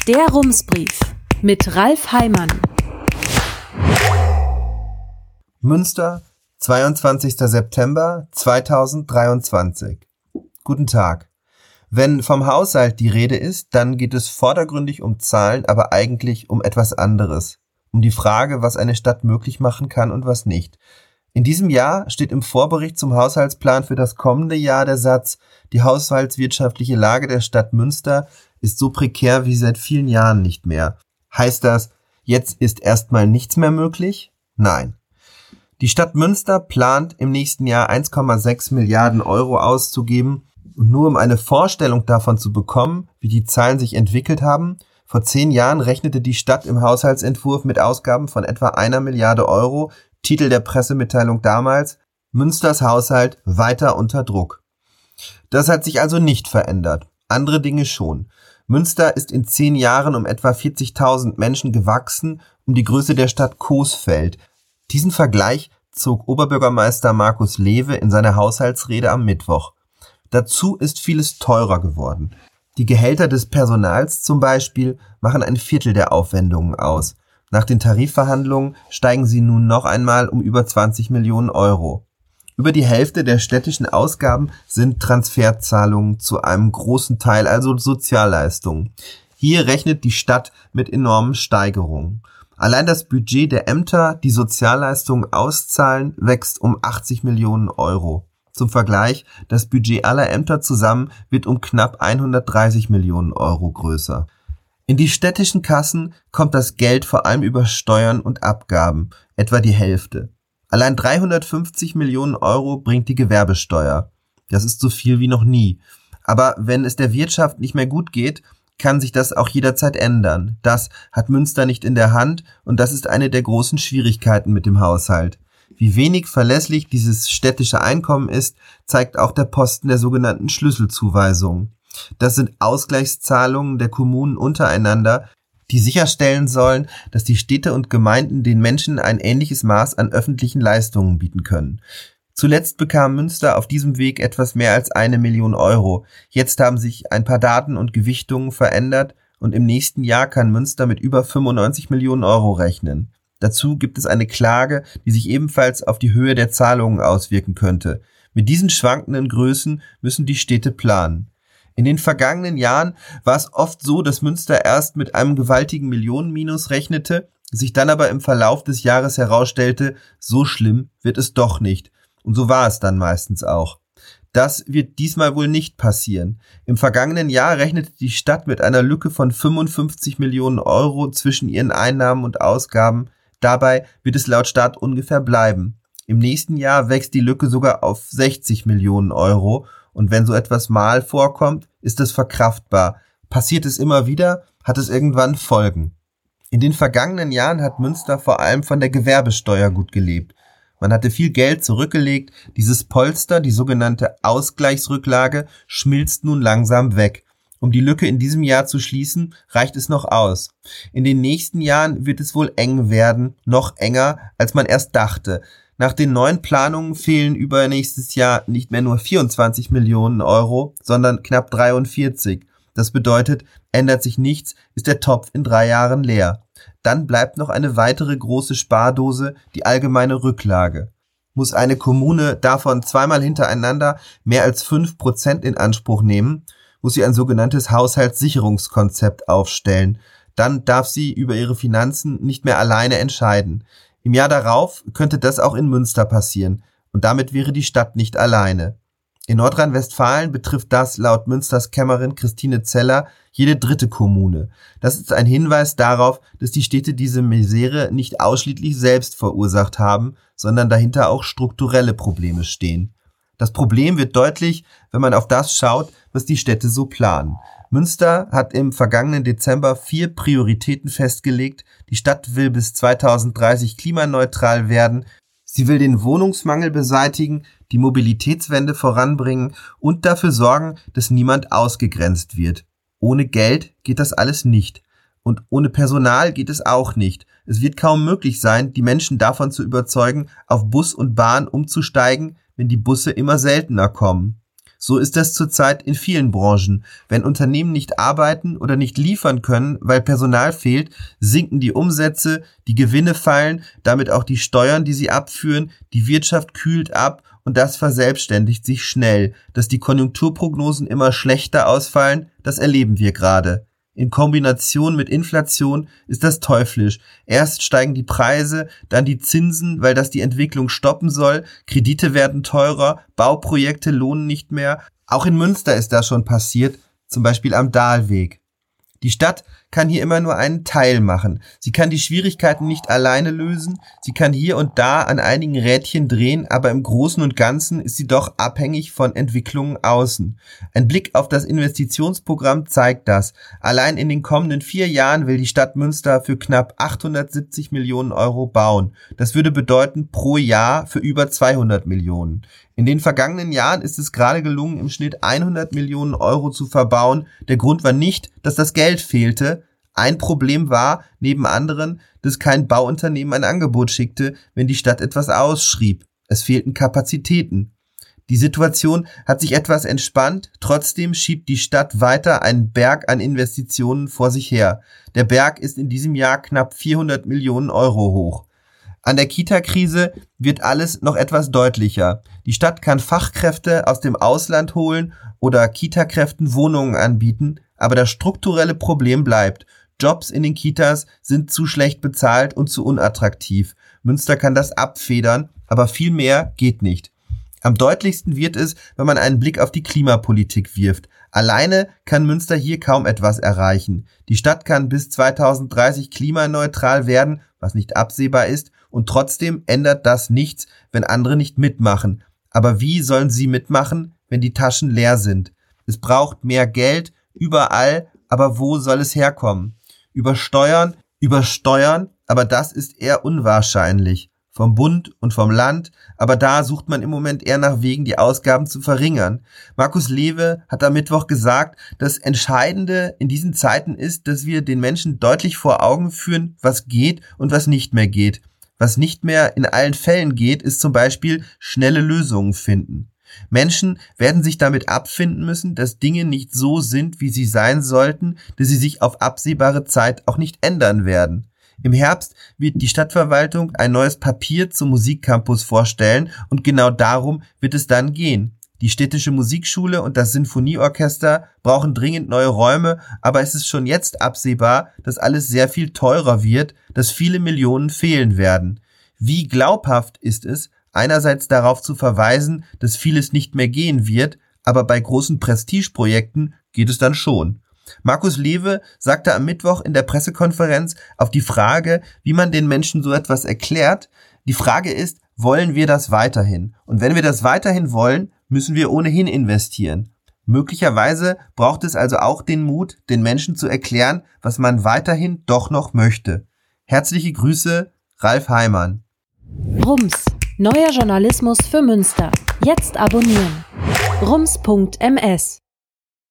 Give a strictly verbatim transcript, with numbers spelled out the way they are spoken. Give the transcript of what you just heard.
Der Rumsbrief mit Ralf Heimann. Münster, zweiundzwanzigster September zweitausenddreiundzwanzig. Guten Tag. Wenn vom Haushalt die Rede ist, dann geht es vordergründig um Zahlen, aber eigentlich um etwas anderes. Um die Frage, was eine Stadt möglich machen kann und was nicht. In diesem Jahr steht im Vorbericht zum Haushaltsplan für das kommende Jahr der Satz: Die haushaltswirtschaftliche Lage der Stadt Münster ist so prekär wie seit vielen Jahren nicht mehr. Heißt das, jetzt ist erstmal nichts mehr möglich? Nein. Die Stadt Münster plant im nächsten Jahr eins Komma sechs Milliarden Euro auszugeben. Und nur um eine Vorstellung davon zu bekommen, wie die Zahlen sich entwickelt haben: Vor zehn Jahren rechnete die Stadt im Haushaltsentwurf mit Ausgaben von etwa einer Milliarde Euro. Titel der Pressemitteilung damals: Münsters Haushalt weiter unter Druck. Das hat sich also nicht verändert. Andere Dinge schon. Münster ist in zehn Jahren um etwa vierzigtausend Menschen gewachsen, um die Größe der Stadt Coesfeld. Diesen Vergleich zog Oberbürgermeister Markus Lewe in seiner Haushaltsrede am Mittwoch. Dazu ist vieles teurer geworden. Die Gehälter des Personals zum Beispiel machen ein Viertel der Aufwendungen aus. Nach den Tarifverhandlungen steigen sie nun noch einmal um über zwanzig Millionen Euro. Über die Hälfte der städtischen Ausgaben sind Transferzahlungen, zu einem großen Teil also Sozialleistungen. Hier rechnet die Stadt mit enormen Steigerungen. Allein das Budget der Ämter, die Sozialleistungen auszahlen, wächst um achtzig Millionen Euro. Zum Vergleich, das Budget aller Ämter zusammen wird um knapp hundertdreißig Millionen Euro größer. In die städtischen Kassen kommt das Geld vor allem über Steuern und Abgaben, etwa die Hälfte. Allein dreihundertfünfzig Millionen Euro bringt die Gewerbesteuer. Das ist so viel wie noch nie. Aber wenn es der Wirtschaft nicht mehr gut geht, kann sich das auch jederzeit ändern. Das hat Münster nicht in der Hand und das ist eine der großen Schwierigkeiten mit dem Haushalt. Wie wenig verlässlich dieses städtische Einkommen ist, zeigt auch der Posten der sogenannten Schlüsselzuweisungen. Das sind Ausgleichszahlungen der Kommunen untereinander, die sicherstellen sollen, dass die Städte und Gemeinden den Menschen ein ähnliches Maß an öffentlichen Leistungen bieten können. Zuletzt bekam Münster auf diesem Weg etwas mehr als eine Million Euro. Jetzt haben sich ein paar Daten und Gewichtungen verändert und im nächsten Jahr kann Münster mit über fünfundneunzig Millionen Euro rechnen. Dazu gibt es eine Klage, die sich ebenfalls auf die Höhe der Zahlungen auswirken könnte. Mit diesen schwankenden Größen müssen die Städte planen. In den vergangenen Jahren war es oft so, dass Münster erst mit einem gewaltigen Millionenminus rechnete, sich dann aber im Verlauf des Jahres herausstellte, so schlimm wird es doch nicht. Und so war es dann meistens auch. Das wird diesmal wohl nicht passieren. Im vergangenen Jahr rechnete die Stadt mit einer Lücke von fünfundfünfzig Millionen Euro zwischen ihren Einnahmen und Ausgaben. Dabei wird es laut Stadt ungefähr bleiben. Im nächsten Jahr wächst die Lücke sogar auf sechzig Millionen Euro. Und wenn so etwas mal vorkommt, ist es verkraftbar. Passiert es immer wieder, hat es irgendwann Folgen. In den vergangenen Jahren hat Münster vor allem von der Gewerbesteuer gut gelebt. Man hatte viel Geld zurückgelegt, dieses Polster, die sogenannte Ausgleichsrücklage, schmilzt nun langsam weg. Um die Lücke in diesem Jahr zu schließen, reicht es noch aus. In den nächsten Jahren wird es wohl eng werden, noch enger, als man erst dachte. Nach den neuen Planungen fehlen über nächstes Jahr nicht mehr nur vierundzwanzig Millionen Euro, sondern knapp dreiundvierzig. Das bedeutet, ändert sich nichts, ist der Topf in drei Jahren leer. Dann bleibt noch eine weitere große Spardose, die allgemeine Rücklage. Muss eine Kommune davon zweimal hintereinander mehr als fünf Prozent in Anspruch nehmen, muss sie ein sogenanntes Haushaltssicherungskonzept aufstellen. Dann darf sie über ihre Finanzen nicht mehr alleine entscheiden. Im Jahr darauf könnte das auch in Münster passieren und damit wäre die Stadt nicht alleine. In Nordrhein-Westfalen betrifft das laut Münsters Kämmerin Christine Zeller jede dritte Kommune. Das ist ein Hinweis darauf, dass die Städte diese Misere nicht ausschließlich selbst verursacht haben, sondern dahinter auch strukturelle Probleme stehen. Das Problem wird deutlich, wenn man auf das schaut, was die Städte so planen. Münster hat im vergangenen Dezember vier Prioritäten festgelegt. Die Stadt will bis zweitausenddreißig klimaneutral werden. Sie will den Wohnungsmangel beseitigen, die Mobilitätswende voranbringen und dafür sorgen, dass niemand ausgegrenzt wird. Ohne Geld geht das alles nicht. Und ohne Personal geht es auch nicht. Es wird kaum möglich sein, die Menschen davon zu überzeugen, auf Bus und Bahn umzusteigen, wenn die Busse immer seltener kommen. So ist das zurzeit in vielen Branchen. Wenn Unternehmen nicht arbeiten oder nicht liefern können, weil Personal fehlt, sinken die Umsätze, die Gewinne fallen, damit auch die Steuern, die sie abführen, die Wirtschaft kühlt ab und das verselbstständigt sich schnell. Dass die Konjunkturprognosen immer schlechter ausfallen, das erleben wir gerade. In Kombination mit Inflation ist das teuflisch. Erst steigen die Preise, dann die Zinsen, weil das die Entwicklung stoppen soll. Kredite werden teurer, Bauprojekte lohnen nicht mehr. Auch in Münster ist das schon passiert, zum Beispiel am Dahlweg. Die Stadt kann hier immer nur einen Teil machen. Sie kann die Schwierigkeiten nicht alleine lösen. Sie kann hier und da an einigen Rädchen drehen, aber im Großen und Ganzen ist sie doch abhängig von Entwicklungen außen. Ein Blick auf das Investitionsprogramm zeigt das. Allein in den kommenden vier Jahren will die Stadt Münster für knapp achthundertsiebzig Millionen Euro bauen. Das würde bedeuten pro Jahr für über zweihundert Millionen. In den vergangenen Jahren ist es gerade gelungen, im Schnitt hundert Millionen Euro zu verbauen. Der Grund war nicht, dass das Geld fehlte. Ein Problem war, neben anderen, dass kein Bauunternehmen ein Angebot schickte, wenn die Stadt etwas ausschrieb. Es fehlten Kapazitäten. Die Situation hat sich etwas entspannt, trotzdem schiebt die Stadt weiter einen Berg an Investitionen vor sich her. Der Berg ist in diesem Jahr knapp vierhundert Millionen Euro hoch. An der Kita-Krise wird alles noch etwas deutlicher. Die Stadt kann Fachkräfte aus dem Ausland holen oder Kitakräften Wohnungen anbieten, aber das strukturelle Problem bleibt. Jobs in den Kitas sind zu schlecht bezahlt und zu unattraktiv. Münster kann das abfedern, aber viel mehr geht nicht. Am deutlichsten wird es, wenn man einen Blick auf die Klimapolitik wirft. Alleine kann Münster hier kaum etwas erreichen. Die Stadt kann bis zweitausenddreißig klimaneutral werden, was nicht absehbar ist, und trotzdem ändert das nichts, wenn andere nicht mitmachen. Aber wie sollen sie mitmachen, wenn die Taschen leer sind? Es braucht mehr Geld, überall, aber wo soll es herkommen? Über Steuern, über Steuern, aber das ist eher unwahrscheinlich. Vom Bund und vom Land, aber da sucht man im Moment eher nach Wegen, die Ausgaben zu verringern. Markus Lewe hat am Mittwoch gesagt, das Entscheidende in diesen Zeiten ist, dass wir den Menschen deutlich vor Augen führen, was geht und was nicht mehr geht. Was nicht mehr in allen Fällen geht, ist zum Beispiel schnelle Lösungen finden. Menschen werden sich damit abfinden müssen, dass Dinge nicht so sind, wie sie sein sollten, dass sie sich auf absehbare Zeit auch nicht ändern werden. Im Herbst wird die Stadtverwaltung ein neues Papier zum Musikcampus vorstellen und genau darum wird es dann gehen. Die städtische Musikschule und das Sinfonieorchester brauchen dringend neue Räume, aber es ist schon jetzt absehbar, dass alles sehr viel teurer wird, dass viele Millionen fehlen werden. Wie glaubhaft ist es, einerseits darauf zu verweisen, dass vieles nicht mehr gehen wird, aber bei großen Prestigeprojekten geht es dann schon. Markus Lewe sagte am Mittwoch in der Pressekonferenz auf die Frage, wie man den Menschen so etwas erklärt, die Frage ist, wollen wir das weiterhin? Und wenn wir das weiterhin wollen, müssen wir ohnehin investieren. Möglicherweise braucht es also auch den Mut, den Menschen zu erklären, was man weiterhin doch noch möchte. Herzliche Grüße, Ralf Heimann. Rums, neuer Journalismus für Münster. Jetzt abonnieren. rums punkt ms